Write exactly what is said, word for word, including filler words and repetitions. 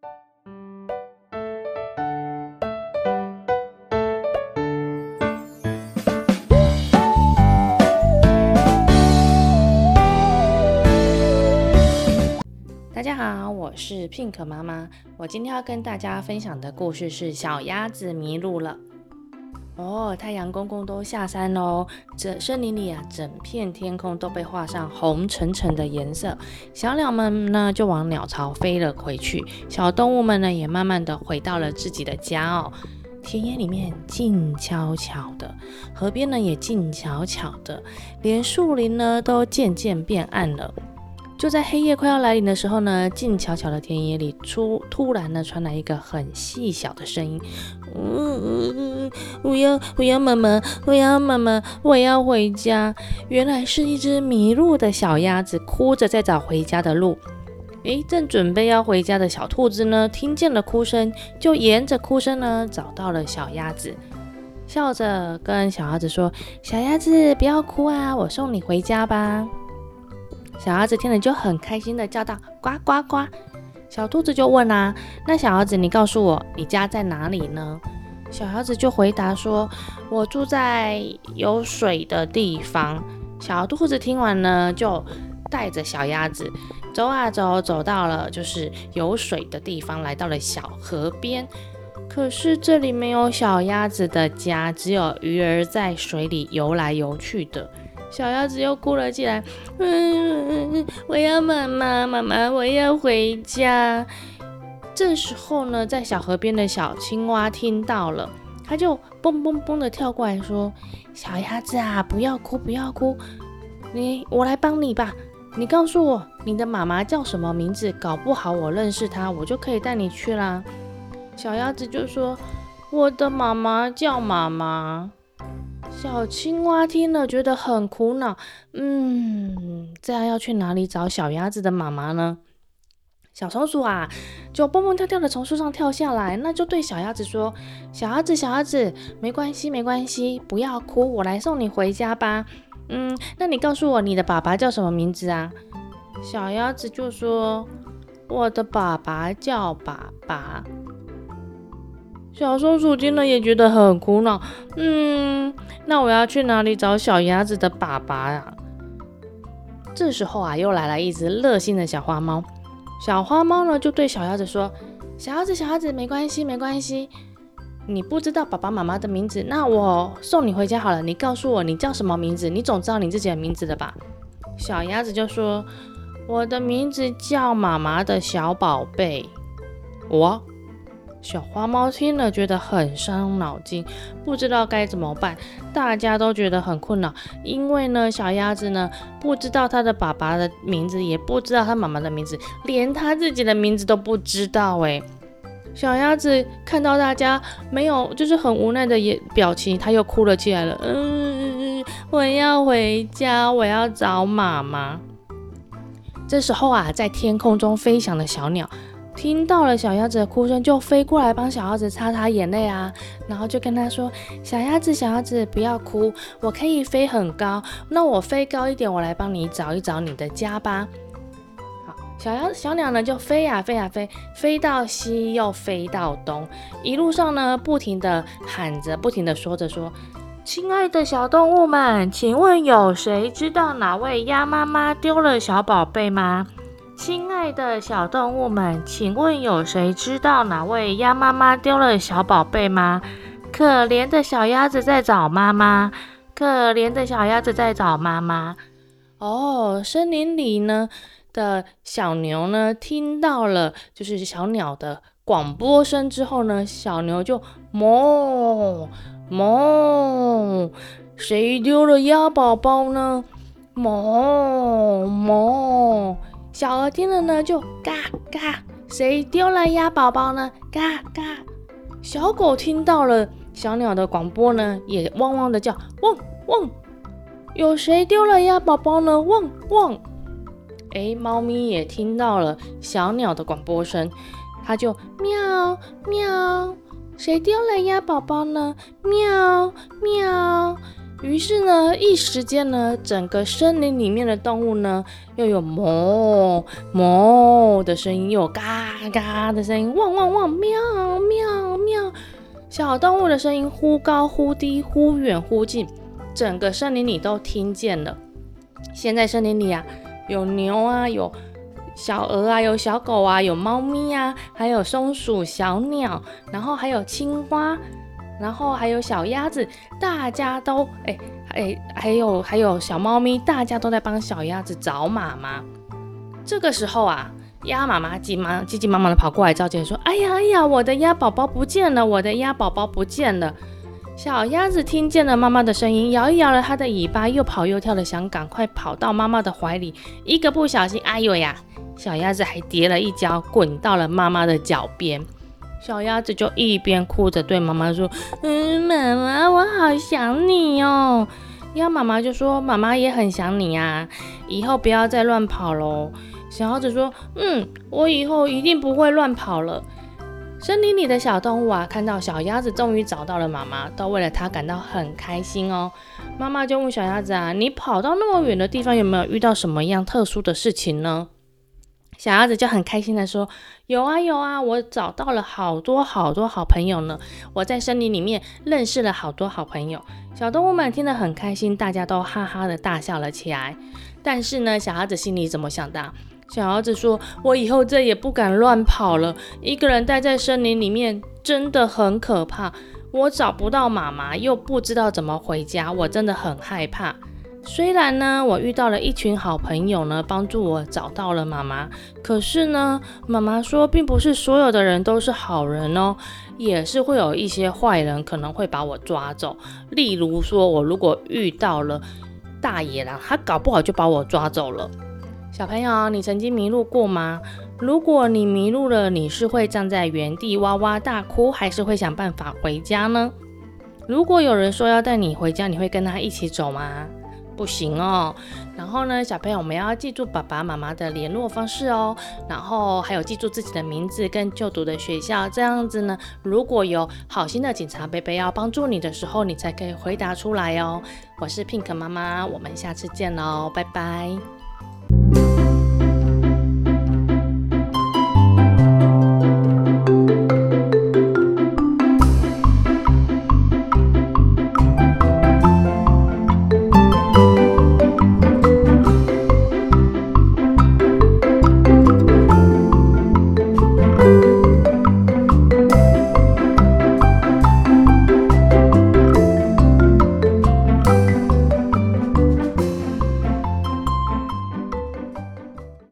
大家好，我是 Pink 妈妈。我今天要跟大家分享的故事是小鸭子迷路了。哦，太阳公公都下山喽，这森林里啊，整片天空都被画上红橙橙的颜色。小鸟们呢，就往鸟巢飞了回去，小动物们呢，也慢慢的回到了自己的家哦。田野里面静悄悄的，河边呢也静悄悄的，连树林呢都渐渐变暗了。就在黑夜快要来临的时候呢，静悄悄的田野里出突然呢传来一个很细小的声音，嗯，我要我要妈妈，我要妈妈，我要回家。原来是一只迷路的小鸭子，哭着在找回家的路。诶，正准备要回家的小兔子呢，听见了哭声，就沿着哭声呢找到了小鸭子，笑着跟小鸭子说：“小鸭子，不要哭啊，我送你回家吧。”小鸭子听了就很开心的叫道：“呱呱呱！”小兔子就问啊：“那小鸭子，你告诉我，你家在哪里呢？”小鸭子就回答说：“我住在有水的地方。”小兔子听完呢，就带着小鸭子走啊走，走到了就是有水的地方，来到了小河边。可是这里没有小鸭子的家，只有鱼儿在水里游来游去的。小鸭子又哭了起来，嗯，我要妈妈，妈妈，我要回家。这时候呢，在小河边的小青蛙听到了，它就蹦蹦蹦的跳过来说：“小鸭子啊，不要哭，不要哭，你我来帮你吧。你告诉我你的妈妈叫什么名字？搞不好我认识她，我就可以带你去啦。”小鸭子就说：“我的妈妈叫妈妈。”小青蛙听了觉得很苦恼，嗯，这样要去哪里找小鸭子的妈妈呢？小松鼠啊，就蹦蹦跳跳的从树上跳下来，那就对小鸭子说：“小鸭子，小鸭子，没关系，没关系，不要哭，我来送你回家吧。嗯，那你告诉我，你的爸爸叫什么名字啊？”小鸭子就说：“我的爸爸叫爸爸。”小松鼠听了也觉得很苦恼，嗯，那我要去哪里找小鸭子的爸爸呀？这时候啊，又来了一只热心的小花猫。小花猫呢，就对小鸭子说：“小鸭子，小鸭子，没关系，没关系，你不知道爸爸妈妈的名字，那我送你回家好了。你告诉我你叫什么名字？你总知道你自己的名字的吧？”小鸭子就说：“我的名字叫妈妈的小宝贝。”我。小花猫听了觉得很伤脑筋，不知道该怎么办。大家都觉得很困扰，因为呢，小鸭子呢不知道他的爸爸的名字，也不知道他妈妈的名字，连他自己的名字都不知道哎。小鸭子看到大家没有，就是很无奈的表情，他又哭了起来了。嗯，我要回家，我要找妈妈。这时候啊，在天空中飞翔的小鸟听到了小鸭子的哭声，就飞过来帮小鸭子擦擦眼泪啊，然后就跟他说：“小鸭子，小鸭子，不要哭，我可以飞很高，那我飞高一点，我来帮你找一找你的家吧。”好，小鸭小鸟呢就飞呀飞呀飞，飞到西又飞到东，一路上呢不停的喊着，不停的说着说：“亲爱的小动物们，请问有谁知道哪位鸭妈妈丢了小宝贝吗？亲爱的小动物们，请问有谁知道哪位鸭妈妈丢了小宝贝吗？可怜的小鸭子在找妈妈，可怜的小鸭子在找妈妈。”哦，森林里呢的小牛呢，听到了就是小鸟的广播声之后呢，小牛就哞哞，谁丢了鸭宝宝呢？哞哞。小鹅听了呢，就嘎嘎，谁丢了鸭宝宝呢？嘎嘎。小狗听到了小鸟的广播呢，也汪汪的叫，汪汪。有谁丢了鸭宝宝呢？汪汪。诶，猫咪也听到了小鸟的广播声，它就喵喵。谁丢了鸭宝宝呢？喵喵。 于是呢，一时间呢，整个森林里面的动物呢，又有哞哞的声音，又有嘎嘎的声音，汪汪汪，喵喵喵，小动物的声音忽高忽低，忽远忽近，整个森林里都听见了。现在森林里啊，有牛啊，有小鹅啊，有小狗啊，有猫咪啊，还有松鼠、小鸟，然后还有青蛙。然后还有小鸭子，大家都哎哎，还有还有小猫咪，大家都在帮小鸭子找妈妈。这个时候啊，鸭妈妈急忙急急忙忙的跑过来，着急说：“哎呀哎呀，我的鸭宝宝不见了，我的鸭宝宝不见了！”小鸭子听见了妈妈的声音，摇一摇了它的尾巴，又跑又跳的想赶快跑到妈妈的怀里，一个不小心，哎呦呀，小鸭子还跌了一跤，滚到了妈妈的脚边。小鸭子就一边哭着对妈妈说：“嗯，妈妈，我好想你哦。”鸭妈妈就说：“妈妈也很想你啊，以后不要再乱跑喽。”小鸭子说：“嗯，我以后一定不会乱跑了。”森林里的小动物啊，看到小鸭子终于找到了妈妈，都为了它感到很开心哦。妈妈就问小鸭子啊：“你跑到那么远的地方，有没有遇到什么样特殊的事情呢？”小鸭子就很开心的说：“有啊有啊，我找到了好多好多好朋友呢。我在森林里面认识了好多好朋友。”小动物们听得很开心，大家都哈哈的大笑了起来。但是呢，小鸭子心里怎么想的？小鸭子说：“我以后再也不敢乱跑了，一个人待在森林里面真的很可怕。我找不到妈妈，又不知道怎么回家，我真的很害怕。”虽然呢，我遇到了一群好朋友呢，帮助我找到了妈妈。可是呢，妈妈说，并不是所有的人都是好人哦，也是会有一些坏人可能会把我抓走。例如说，我如果遇到了大野狼，他搞不好就把我抓走了。小朋友，你曾经迷路过吗？如果你迷路了，你是会站在原地哇哇大哭，还是会想办法回家呢？如果有人说要带你回家，你会跟他一起走吗？不行哦。然后呢，小朋友，我们要记住爸爸妈妈的联络方式哦，然后还有记住自己的名字跟就读的学校，这样子呢，如果有好心的警察伯伯要帮助你的时候，你才可以回答出来哦。我是 Pink 妈妈，我们下次见喽，拜拜。